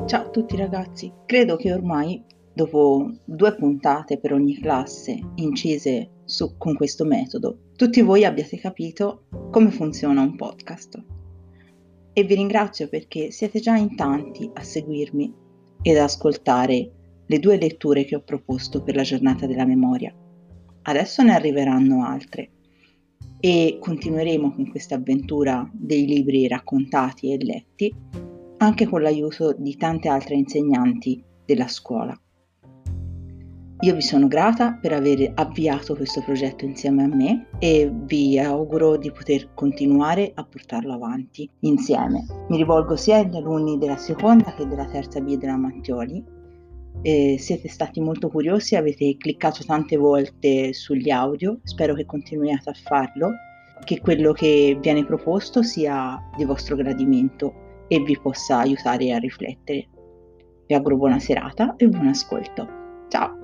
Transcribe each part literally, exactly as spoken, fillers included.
Ciao a tutti ragazzi, credo che ormai dopo due puntate per ogni classe incise su, con questo metodo, tutti voi abbiate capito come funziona un podcast. E vi ringrazio perché siete già in tanti a seguirmi ed ascoltare le due letture che ho proposto per la giornata della memoria. Adesso ne arriveranno altre e continueremo con questa avventura dei libri raccontati e letti anche con l'aiuto di tante altre insegnanti della scuola. Io vi sono grata per aver avviato questo progetto insieme a me e vi auguro di poter continuare a portarlo avanti insieme. Mi rivolgo sia agli alunni della seconda che della terza B della Mattioli. Eh, siete stati molto curiosi, avete cliccato tante volte sugli audio, spero che continuiate a farlo, che quello che viene proposto sia di vostro gradimento e vi possa aiutare a riflettere. Vi auguro buona serata e buon ascolto. Ciao!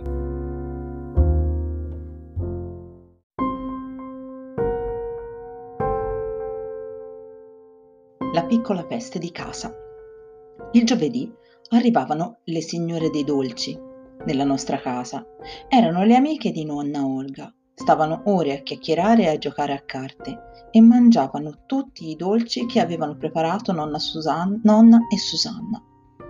La piccola peste di casa. Il giovedì arrivavano le signore dei dolci nella nostra casa. Erano le amiche di nonna Olga. Stavano ore a chiacchierare e a giocare a carte e mangiavano tutti i dolci che avevano preparato nonna, Susanna, nonna e Susanna.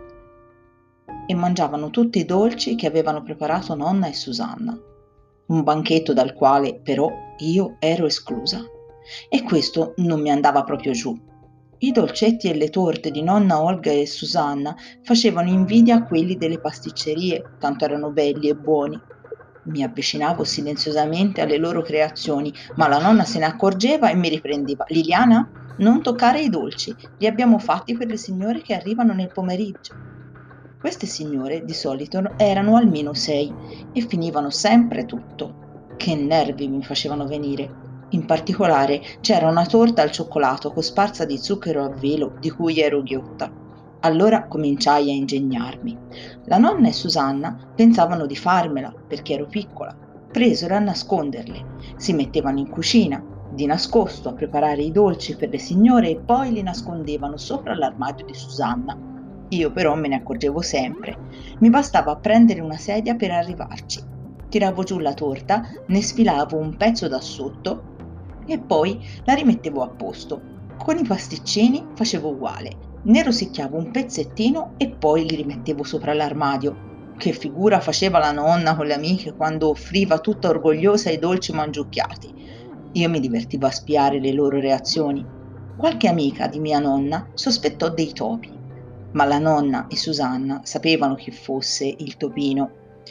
E mangiavano tutti i dolci che avevano preparato nonna e Susanna. Un banchetto dal quale però io ero esclusa. E questo non mi andava proprio giù. I dolcetti e le torte di nonna Olga e Susanna facevano invidia a quelli delle pasticcerie, tanto erano belli e buoni. Mi avvicinavo silenziosamente alle loro creazioni, ma la nonna se ne accorgeva e mi riprendeva. Liliana, non toccare i dolci, li abbiamo fatti per le signore che arrivano nel pomeriggio. Queste signore di solito erano almeno sei e finivano sempre tutto. Che nervi mi facevano venire. In particolare c'era una torta al cioccolato cosparsa di zucchero a velo di cui ero ghiotta. Allora cominciai a ingegnarmi. La nonna e Susanna pensavano di farmela perché ero piccola. Presero a nasconderle. Si mettevano in cucina, di nascosto a preparare i dolci per le signore e poi li nascondevano sopra l'armadio di Susanna. Io però me ne accorgevo sempre. Mi bastava prendere una sedia per arrivarci. Tiravo giù la torta, ne sfilavo un pezzo da sotto e poi la rimettevo a posto. Con i pasticcini facevo uguale. Ne rosicchiavo un pezzettino e poi li rimettevo sopra l'armadio. Che figura faceva la nonna con le amiche quando offriva tutta orgogliosa i dolci mangiucchiati. Io mi divertivo a spiare le loro reazioni. Qualche amica di mia nonna sospettò dei topi, ma la nonna e Susanna sapevano chi fosse il topino.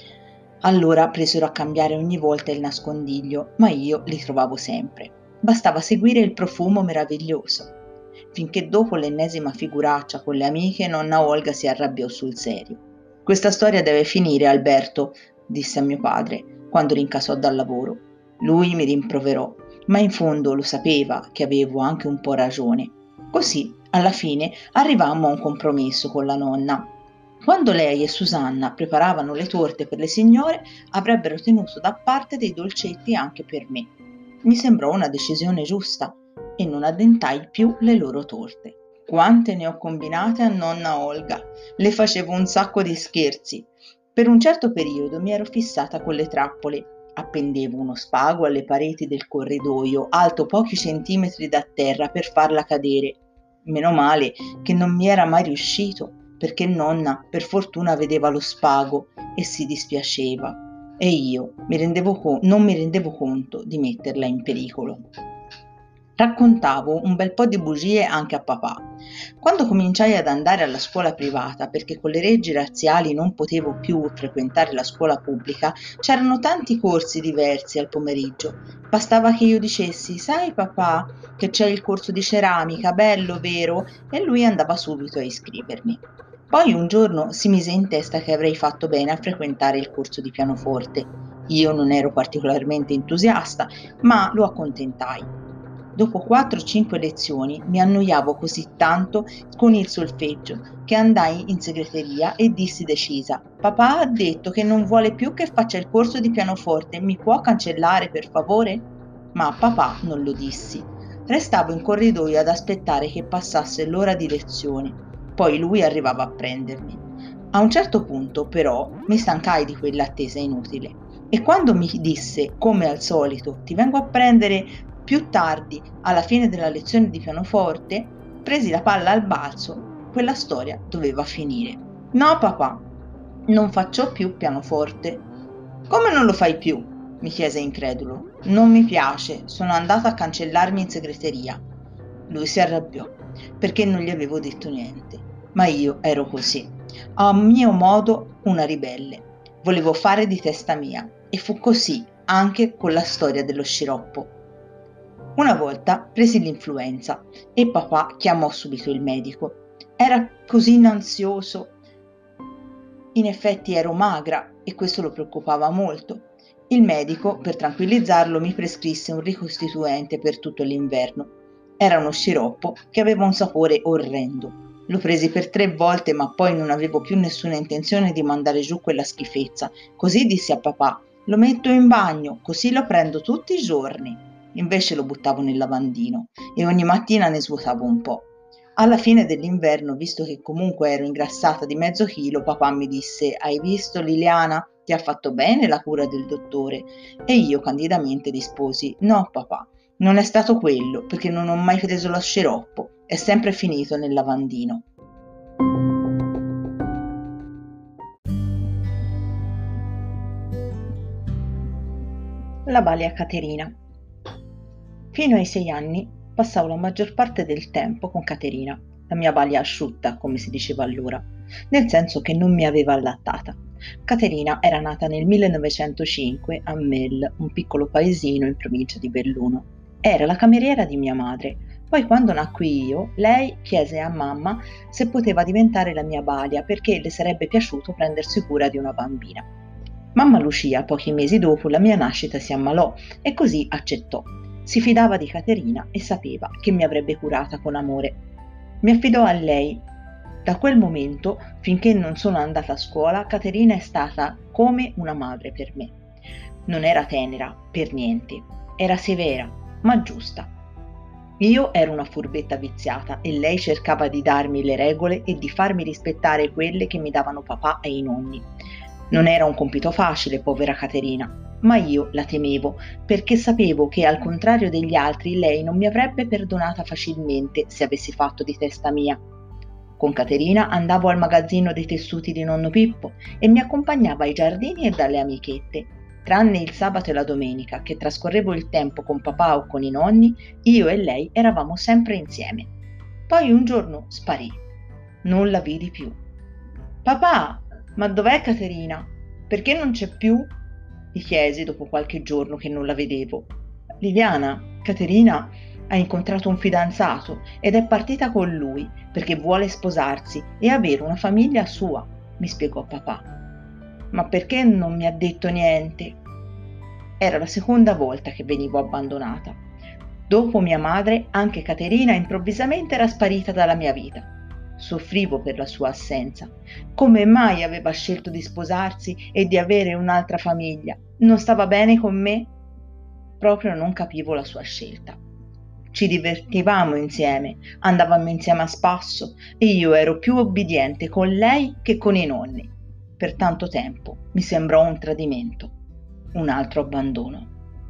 Allora presero a cambiare ogni volta il nascondiglio, ma io li trovavo sempre. Bastava seguire il profumo meraviglioso. Finché dopo l'ennesima figuraccia con le amiche, nonna Olga si arrabbiò sul serio. Questa storia deve finire, Alberto, disse a mio padre, quando rincasò dal lavoro. Lui mi rimproverò, ma in fondo lo sapeva che avevo anche un po' ragione. Così, alla fine, arrivammo a un compromesso con la nonna. Quando lei e Susanna preparavano le torte per le signore, avrebbero tenuto da parte dei dolcetti anche per me. Mi sembrò una decisione giusta e non addentai più le loro torte. Quante ne ho combinate a nonna Olga! Le facevo un sacco di scherzi. Per un certo periodo mi ero fissata con le trappole. Appendevo uno spago alle pareti del corridoio, alto pochi centimetri da terra, per farla cadere. Meno male che non mi era mai riuscito, perché nonna per fortuna vedeva lo spago e si dispiaceva, e io mi rendevo co- non mi rendevo conto di metterla in pericolo. Raccontavo un bel po' di bugie anche a papà. Quando cominciai ad andare alla scuola privata, perché con le leggi razziali non potevo più frequentare la scuola pubblica, c'erano tanti corsi diversi al pomeriggio. Bastava che io dicessi: sai papà che c'è il corso di ceramica, bello, vero? E lui andava subito a iscrivermi. Poi un giorno si mise in testa che avrei fatto bene a frequentare il corso di pianoforte. Io non ero particolarmente entusiasta, ma lo accontentai. Dopo quattro o cinque lezioni mi annoiavo così tanto con il solfeggio che andai in segreteria e dissi decisa: papà ha detto che non vuole più che faccia il corso di pianoforte, mi può cancellare per favore? Ma a papà non lo dissi. Restavo in corridoio ad aspettare che passasse l'ora di lezione. Poi lui arrivava a prendermi. A un certo punto, però, mi stancai di quell'attesa inutile e quando mi disse, come al solito, ti vengo a prendere più tardi, alla fine della lezione di pianoforte, presi la palla al balzo. Quella storia doveva finire. No, papà, non faccio più pianoforte. Come non lo fai più? Mi chiese incredulo. Non mi piace, sono andata a cancellarmi in segreteria. Lui si arrabbiò perché non gli avevo detto niente, ma io ero così, a mio modo una ribelle. Volevo fare di testa mia e fu così anche con la storia dello sciroppo. Una volta presi l'influenza e papà chiamò subito il medico. Era così ansioso. In effetti ero magra e questo lo preoccupava molto. Il medico, per tranquillizzarlo, mi prescrisse un ricostituente per tutto l'inverno. Era uno sciroppo che aveva un sapore orrendo. Lo presi per tre volte, ma poi non avevo più nessuna intenzione di mandare giù quella schifezza. Così dissi a papà: lo metto in bagno, così lo prendo tutti i giorni. Invece lo buttavo nel lavandino e ogni mattina ne svuotavo un po'. Alla fine dell'inverno, visto che comunque ero ingrassata di mezzo chilo, papà mi disse: hai visto, Liliana? Ti ha fatto bene la cura del dottore? E io candidamente risposi: no, papà, non è stato quello, perché non ho mai preso lo sciroppo, è sempre finito nel lavandino. La balia Caterina. Fino ai sei anni passavo la maggior parte del tempo con Caterina, la mia balia asciutta, come si diceva allora, nel senso che non mi aveva allattata. Caterina era nata nel millenovecentocinque a Mel, un piccolo paesino in provincia di Belluno. Era la cameriera di mia madre. Poi, quando nacqui io, lei chiese a mamma se poteva diventare la mia balia perché le sarebbe piaciuto prendersi cura di una bambina. Mamma Lucia, pochi mesi dopo la mia nascita, si ammalò e così accettò. Si fidava di Caterina e sapeva che mi avrebbe curata con amore. Mi affidò a lei. Da quel momento, finché non sono andata a scuola, Caterina è stata come una madre per me. Non era tenera, per niente. Era severa, ma giusta. Io ero una furbetta viziata e lei cercava di darmi le regole e di farmi rispettare quelle che mi davano papà e i nonni. Non era un compito facile, povera Caterina, ma io la temevo perché sapevo che, al contrario degli altri, lei non mi avrebbe perdonata facilmente se avessi fatto di testa mia. Con Caterina andavo al magazzino dei tessuti di nonno Pippo e mi accompagnava ai giardini e dalle amichette. Tranne il sabato e la domenica, che trascorrevo il tempo con papà o con i nonni, io e lei eravamo sempre insieme. Poi un giorno sparì. Non la vidi più. Papà, ma dov'è Caterina? Perché non c'è più? Gli chiesi dopo qualche giorno che non la vedevo. Liliana, Caterina ha incontrato un fidanzato ed è partita con lui perché vuole sposarsi e avere una famiglia sua, mi spiegò papà. Ma perché non mi ha detto niente? Era la seconda volta che venivo abbandonata. Dopo mia madre, anche Caterina improvvisamente era sparita dalla mia vita. Soffrivo per la sua assenza. Come mai aveva scelto di sposarsi e di avere un'altra famiglia? Non stava bene con me? Proprio non capivo la sua scelta. Ci divertivamo insieme, andavamo insieme a spasso e io ero più obbediente con lei che con i nonni. Per tanto tempo mi sembrò un tradimento, un altro abbandono.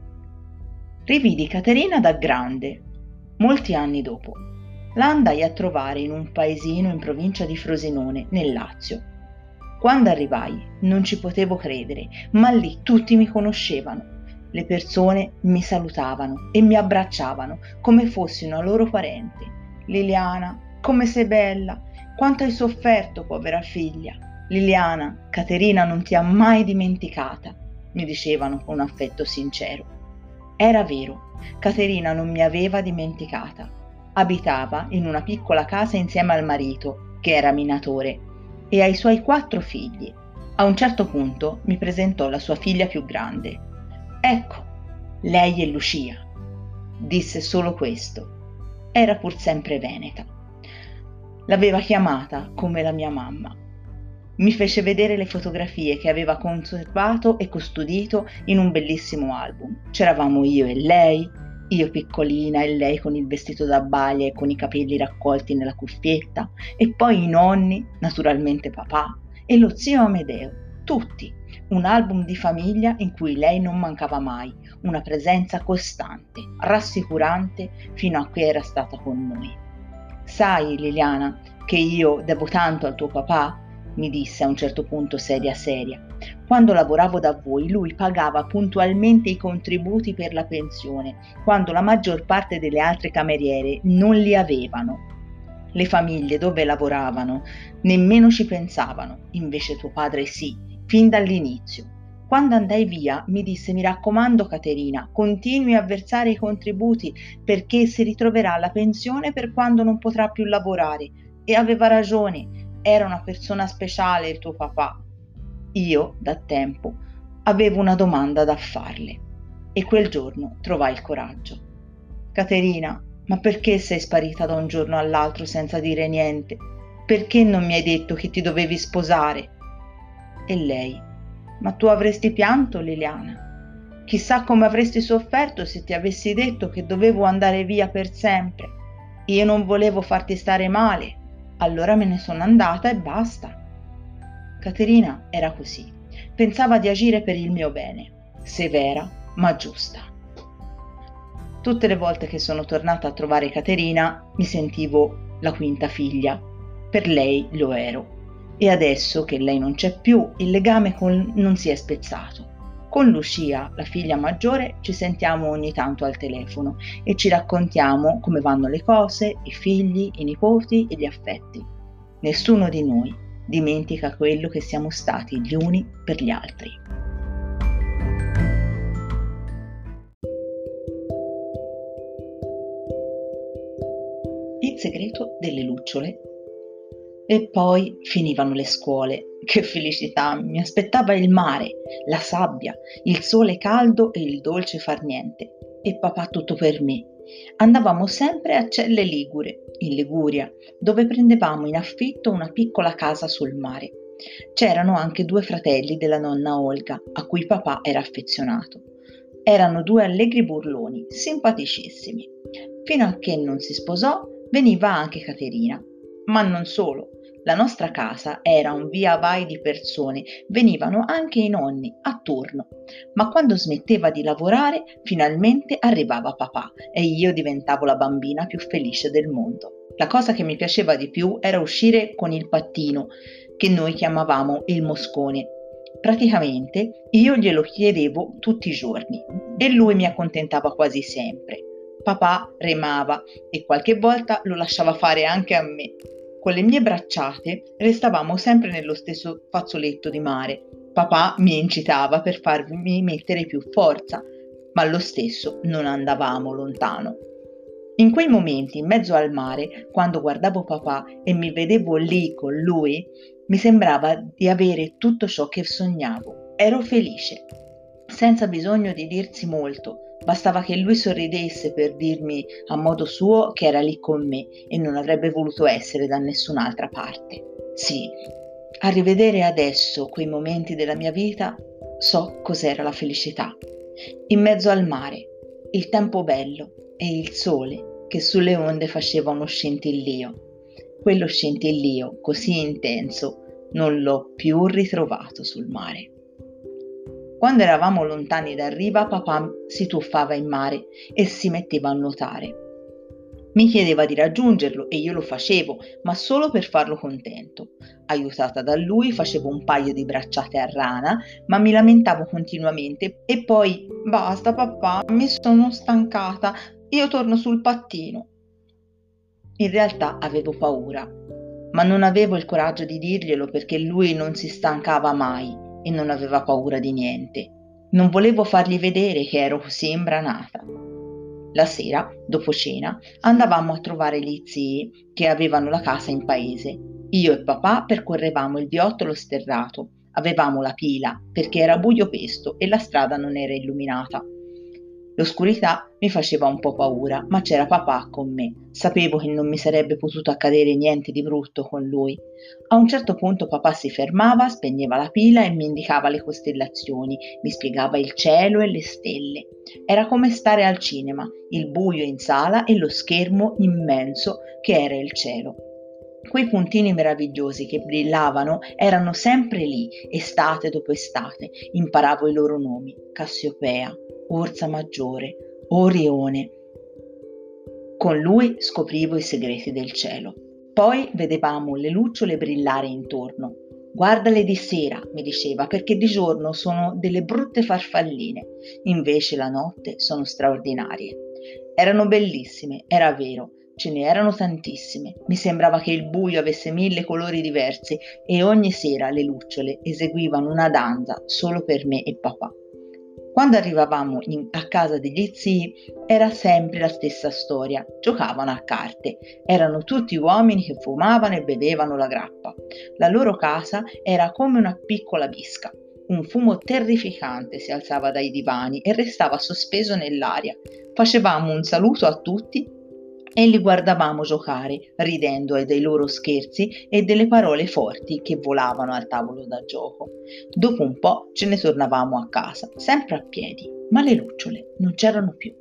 Rividi Caterina da grande, molti anni dopo. La andai a trovare in un paesino in provincia di Frosinone, nel Lazio. Quando arrivai non ci potevo credere, ma lì tutti mi conoscevano. Le persone mi salutavano e mi abbracciavano come fossi una loro parente. Liliana, come sei bella! Quanto hai sofferto, povera figlia! Liliana, Caterina non ti ha mai dimenticata, mi dicevano con affetto sincero. Era vero, Caterina non mi aveva dimenticata. Abitava in una piccola casa insieme al marito, che era minatore, e ai suoi quattro figli. A un certo punto mi presentò la sua figlia più grande. Ecco, lei è Lucia. Disse solo questo. Era pur sempre veneta. L'aveva chiamata come la mia mamma. Mi fece vedere le fotografie che aveva conservato e custodito in un bellissimo album. C'eravamo io e lei, io piccolina e lei con il vestito da balia e con i capelli raccolti nella cuffietta, e poi i nonni, naturalmente papà, e lo zio Amedeo, tutti. Un album di famiglia in cui lei non mancava mai, una presenza costante, rassicurante fino a che era stata con noi. Sai, Liliana, che io devo tanto al tuo papà? Mi disse a un certo punto seria seria. Quando lavoravo da voi, lui pagava puntualmente i contributi per la pensione, quando la maggior parte delle altre cameriere non li avevano. Le famiglie dove lavoravano nemmeno ci pensavano, invece tuo padre sì, fin dall'inizio. Quando andai via mi disse: mi raccomando Caterina, continui a versare i contributi perché si ritroverà la pensione per quando non potrà più lavorare. E aveva ragione, era una persona speciale il tuo papà. Io, da tempo, avevo una domanda da farle e quel giorno trovai il coraggio. Caterina, ma perché sei sparita da un giorno all'altro senza dire niente? Perché non mi hai detto che ti dovevi sposare? E lei: ma tu avresti pianto, Liliana. Chissà come avresti sofferto se ti avessi detto che dovevo andare via per sempre. Io non volevo farti stare male, allora me ne sono andata e basta. Caterina era così, pensava di agire per il mio bene, severa ma giusta. Tutte le volte che sono tornata a trovare Caterina mi sentivo la quinta figlia. Per lei lo ero. E adesso che lei non c'è più, il legame con... non si è spezzato. Con Lucia, la figlia maggiore, ci sentiamo ogni tanto al telefono e ci raccontiamo come vanno le cose, i figli, i nipoti e gli affetti. Nessuno di noi dimentica quello che siamo stati gli uni per gli altri. Il segreto delle lucciole. E poi finivano le scuole. Che felicità! Mi aspettava il mare, la sabbia, il sole caldo e il dolce far niente. E papà tutto per me. Andavamo sempre a Celle Ligure, in Liguria, dove prendevamo in affitto una piccola casa sul mare. C'erano anche due fratelli della nonna Olga, a cui papà era affezionato. Erano due allegri burloni, simpaticissimi. Fino a che non si sposò, veniva anche Caterina. Ma non solo. La nostra casa era un via vai di persone, venivano anche i nonni a turno. Ma quando smetteva di lavorare, finalmente arrivava papà e io diventavo la bambina più felice del mondo. La cosa che mi piaceva di più era uscire con il pattino, che noi chiamavamo il moscone. Praticamente io glielo chiedevo tutti i giorni e lui mi accontentava quasi sempre. Papà remava e qualche volta lo lasciava fare anche a me. Con le mie bracciate restavamo sempre nello stesso fazzoletto di mare. Papà mi incitava per farmi mettere più forza, ma lo stesso non andavamo lontano. In quei momenti, in mezzo al mare, quando guardavo papà e mi vedevo lì con lui, mi sembrava di avere tutto ciò che sognavo. Ero felice, senza bisogno di dirsi molto. Bastava che lui sorridesse per dirmi a modo suo che era lì con me e non avrebbe voluto essere da nessun'altra parte. Sì, a rivedere adesso quei momenti della mia vita, so cos'era la felicità. In mezzo al mare, il tempo bello e il sole che sulle onde faceva uno scintillio. Quello scintillio così intenso non l'ho più ritrovato sul mare. Quando eravamo lontani da riva, papà si tuffava in mare e si metteva a nuotare. Mi chiedeva di raggiungerlo e io lo facevo, ma solo per farlo contento. Aiutata da lui facevo un paio di bracciate a rana, ma mi lamentavo continuamente e poi basta papà, mi sono stancata, io torno sul pattino. In realtà avevo paura, ma non avevo il coraggio di dirglielo perché lui non si stancava mai e non aveva paura di niente. Non volevo fargli vedere che ero così imbranata. La sera, dopo cena, andavamo a trovare gli zii che avevano la casa in paese. Io e papà percorrevamo il viottolo sterrato. Avevamo la pila perché era buio pesto e la strada non era illuminata. L'oscurità mi faceva un po' paura, ma c'era papà con me. Sapevo che non mi sarebbe potuto accadere niente di brutto con lui. A un certo punto papà si fermava, spegneva la pila e mi indicava le costellazioni, mi spiegava il cielo e le stelle. Era come stare al cinema, il buio in sala e lo schermo immenso che era il cielo. Quei puntini meravigliosi che brillavano erano sempre lì, estate dopo estate. Imparavo i loro nomi: Cassiopea, Orsa Maggiore, Orione. Con lui scoprivo i segreti del cielo. Poi vedevamo le lucciole brillare intorno. Guardale di sera, mi diceva, perché di giorno sono delle brutte farfalline, invece la notte sono straordinarie. Erano bellissime, era vero, ce ne erano tantissime. Mi sembrava che il buio avesse mille colori diversi e ogni sera le lucciole eseguivano una danza solo per me e papà. Quando arrivavamo in, a casa degli zii era sempre la stessa storia. Giocavano a carte. Erano tutti uomini che fumavano e bevevano la grappa. La loro casa era come una piccola bisca. Un fumo terrificante si alzava dai divani e restava sospeso nell'aria. Facevamo un saluto a tutti e li guardavamo giocare, ridendo dei loro scherzi e delle parole forti che volavano al tavolo da gioco. Dopo un po' ce ne tornavamo a casa, sempre a piedi, ma le lucciole non c'erano più.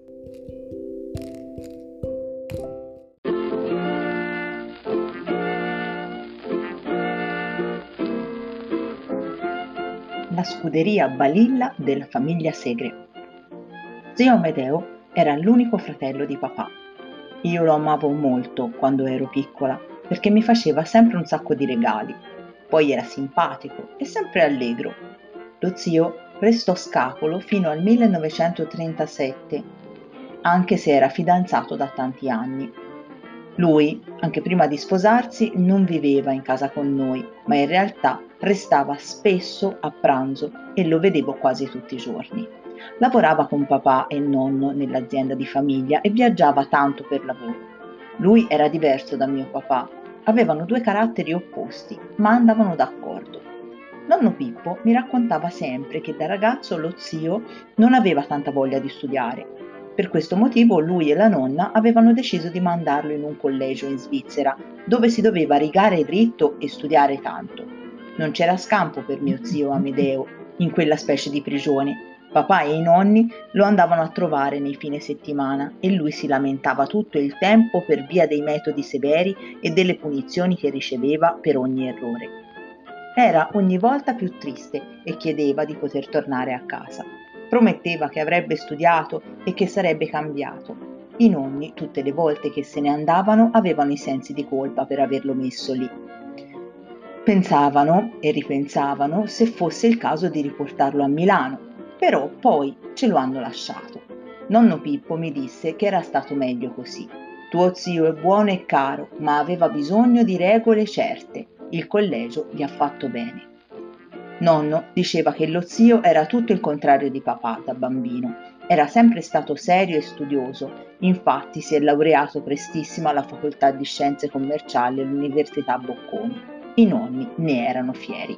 La scuderia Balilla della famiglia Segre. Zio Amedeo era l'unico fratello di papà. Io lo amavo molto quando ero piccola perché mi faceva sempre un sacco di regali. Poi era simpatico e sempre allegro. Lo zio restò scapolo fino al millenovecentotrentasette, anche se era fidanzato da tanti anni. Lui, anche prima di sposarsi, non viveva in casa con noi, ma in realtà restava spesso a pranzo e lo vedevo quasi tutti i giorni. Lavorava con papà e nonno nell'azienda di famiglia e viaggiava tanto per lavoro. Lui era diverso da mio papà, avevano due caratteri opposti, ma andavano d'accordo. Nonno Pippo mi raccontava sempre che da ragazzo lo zio non aveva tanta voglia di studiare. Per questo motivo lui e la nonna avevano deciso di mandarlo in un collegio in Svizzera, dove si doveva rigare dritto e studiare tanto. Non c'era scampo per mio zio Amedeo in quella specie di prigione. Papà e i nonni lo andavano a trovare nei fine settimana e lui si lamentava tutto il tempo per via dei metodi severi e delle punizioni che riceveva per ogni errore. Era ogni volta più triste e chiedeva di poter tornare a casa. Prometteva che avrebbe studiato e che sarebbe cambiato. I nonni, tutte le volte che se ne andavano, avevano i sensi di colpa per averlo messo lì. Pensavano e ripensavano se fosse il caso di riportarlo a Milano, però poi ce lo hanno lasciato. Nonno Pippo mi disse che era stato meglio così. Tuo zio è buono e caro, ma aveva bisogno di regole certe. Il collegio gli ha fatto bene. Nonno diceva che lo zio era tutto il contrario di papà da bambino. Era sempre stato serio e studioso, infatti si è laureato prestissimo alla facoltà di scienze commerciali all'Università Bocconi. I nonni ne erano fieri.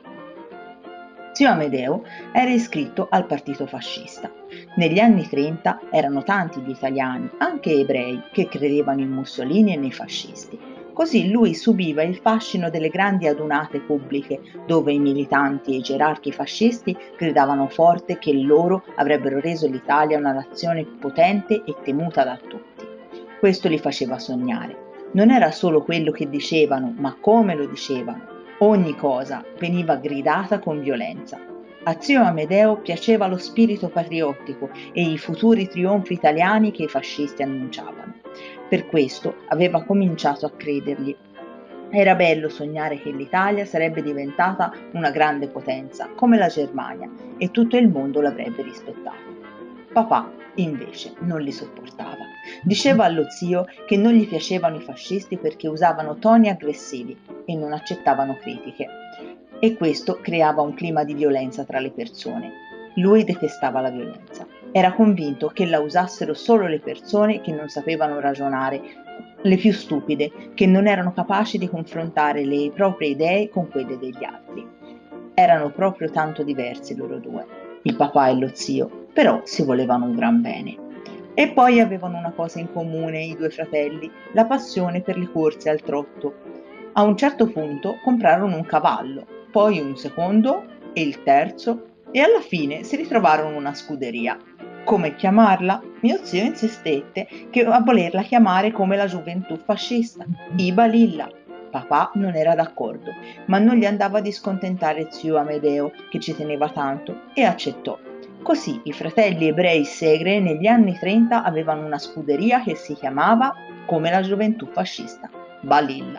Zio Amedeo era iscritto al partito fascista. Negli anni trenta erano tanti gli italiani, anche ebrei, che credevano in Mussolini e nei fascisti. Così lui subiva il fascino delle grandi adunate pubbliche, dove i militanti e i gerarchi fascisti gridavano forte che loro avrebbero reso l'Italia una nazione potente e temuta da tutti. Questo li faceva sognare. Non era solo quello che dicevano, ma come lo dicevano. Ogni cosa veniva gridata con violenza. A zio Amedeo piaceva lo spirito patriottico e i futuri trionfi italiani che i fascisti annunciavano. Per questo aveva cominciato a credergli. Era bello sognare che l'Italia sarebbe diventata una grande potenza, come la Germania, e tutto il mondo l'avrebbe rispettato. Papà, invece, non li sopportava. Diceva allo zio che non gli piacevano i fascisti perché usavano toni aggressivi e non accettavano critiche. E questo creava un clima di violenza tra le persone. Lui detestava la violenza. Era convinto che la usassero solo le persone che non sapevano ragionare, le più stupide, che non erano capaci di confrontare le proprie idee con quelle degli altri. Erano proprio tanto diversi loro due, il papà e lo zio, però si volevano un gran bene. E poi avevano una cosa in comune i due fratelli, la passione per le corse al trotto. A un certo punto comprarono un cavallo, poi un secondo e il terzo, e alla fine si ritrovarono una scuderia. Come chiamarla? Mio zio insistette che a volerla chiamare come la gioventù fascista, i Balilla. Papà non era d'accordo, ma non gli andava di scontentare zio Amedeo, che ci teneva tanto, e accettò. Così i fratelli ebrei Segre negli anni trenta avevano una scuderia che si chiamava, come la gioventù fascista, Balilla.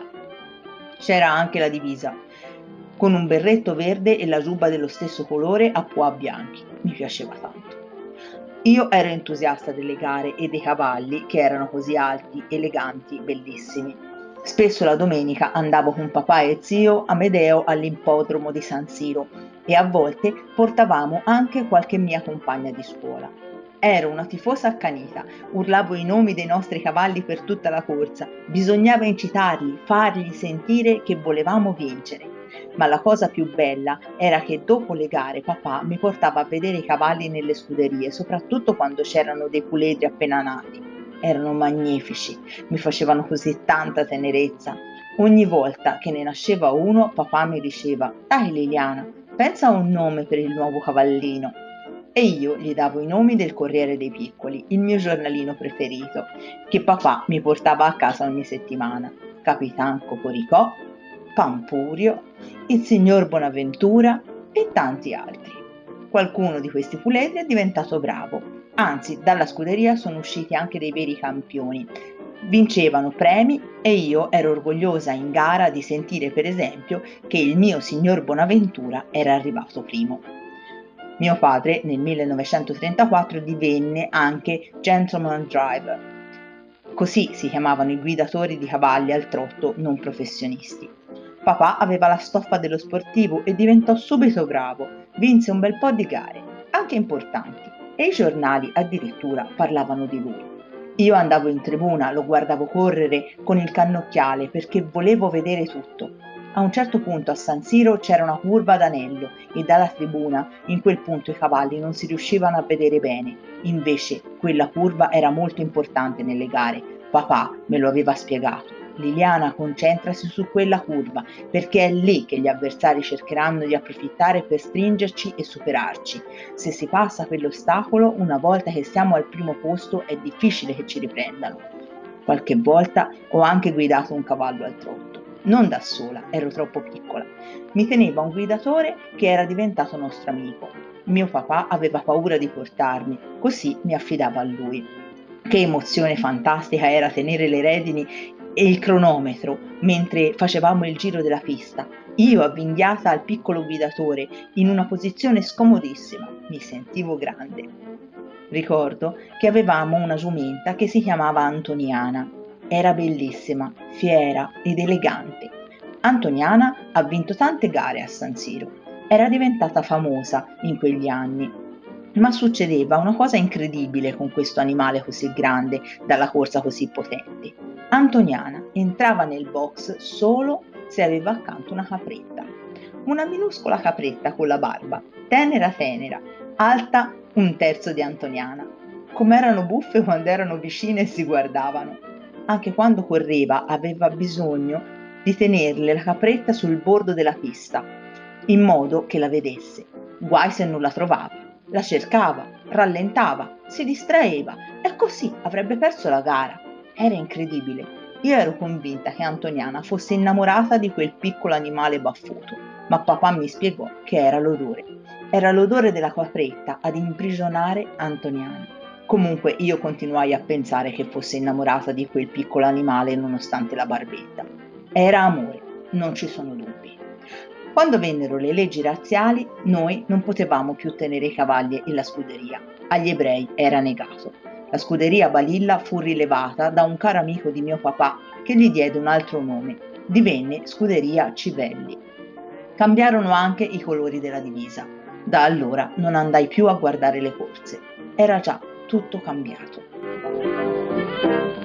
C'era anche la divisa, con un berretto verde e la giubba dello stesso colore a pois bianchi. Mi piaceva tanto. Io ero entusiasta delle gare e dei cavalli, che erano così alti, eleganti, bellissimi. Spesso la domenica andavo con papà e zio Amedeo all'ippodromo di San Siro e a volte portavamo anche qualche mia compagna di scuola. Ero una tifosa accanita, urlavo i nomi dei nostri cavalli per tutta la corsa, bisognava incitarli, fargli sentire che volevamo vincere. Ma la cosa più bella era che dopo le gare papà mi portava a vedere i cavalli nelle scuderie, soprattutto quando c'erano dei puledri appena nati. Erano magnifici, mi facevano così tanta tenerezza. Ogni volta che ne nasceva uno, papà mi diceva: «Dai Liliana, pensa a un nome per il nuovo cavallino». E io gli davo i nomi del Corriere dei Piccoli, il mio giornalino preferito, che papà mi portava a casa ogni settimana. Capitan Cocoricò, Pampurio, il signor Bonaventura e tanti altri. Qualcuno di questi puledri è diventato bravo, anzi dalla scuderia sono usciti anche dei veri campioni. Vincevano premi e io ero orgogliosa in gara di sentire per esempio che il mio signor Bonaventura era arrivato primo. Mio padre nel millenovecentotrentaquattro divenne anche Gentleman Driver. Così si chiamavano i guidatori di cavalli al trotto non professionisti. Papà aveva la stoffa dello sportivo e diventò subito bravo, vinse un bel po' di gare, anche importanti, e i giornali addirittura parlavano di lui. Io andavo in tribuna, lo guardavo correre con il cannocchiale perché volevo vedere tutto. A un certo punto a San Siro c'era una curva ad anello e dalla tribuna in quel punto i cavalli non si riuscivano a vedere bene. Invece quella curva era molto importante nelle gare. Papà me lo aveva spiegato. Liliana, concentrasi su quella curva, perché è lì che gli avversari cercheranno di approfittare per stringerci e superarci. Se si passa quell'ostacolo, una volta che siamo al primo posto, è difficile che ci riprendano. Qualche volta ho anche guidato un cavallo al trotto. Non da sola, ero troppo piccola. Mi teneva un guidatore che era diventato nostro amico. Mio papà aveva paura di portarmi, così mi affidavo a lui. Che emozione fantastica era tenere le redini e il cronometro mentre facevamo il giro della pista. Io avvinghiata al piccolo guidatore in una posizione scomodissima, mi sentivo grande. Ricordo che avevamo una giumenta che si chiamava Antoniana. Era bellissima, fiera ed elegante. Antoniana ha vinto tante gare a San Siro. Era diventata famosa in quegli anni. Ma succedeva una cosa incredibile con questo animale così grande, dalla corsa così potente. Antoniana entrava nel box solo se aveva accanto una capretta. Una minuscola capretta con la barba, tenera tenera, alta un terzo di Antoniana. Com'erano buffe quando erano vicine e si guardavano. Anche quando correva aveva bisogno di tenerle la capretta sul bordo della pista, in modo che la vedesse. Guai se non la trovava. La cercava, rallentava, si distraeva e così avrebbe perso la gara. Era incredibile. Io ero convinta che Antoniana fosse innamorata di quel piccolo animale baffuto, ma papà mi spiegò che era l'odore. Era l'odore della capretta ad imprigionare Antoniana. Comunque io continuai a pensare che fosse innamorata di quel piccolo animale nonostante la barbetta. Era amore, non ci sono dubbi. Quando vennero le leggi razziali, noi non potevamo più tenere i cavalli in la scuderia. Agli ebrei era negato. La scuderia Balilla fu rilevata da un caro amico di mio papà che gli diede un altro nome. Divenne scuderia Civelli. Cambiarono anche i colori della divisa. Da allora non andai più a guardare le corse. Era già tutto cambiato.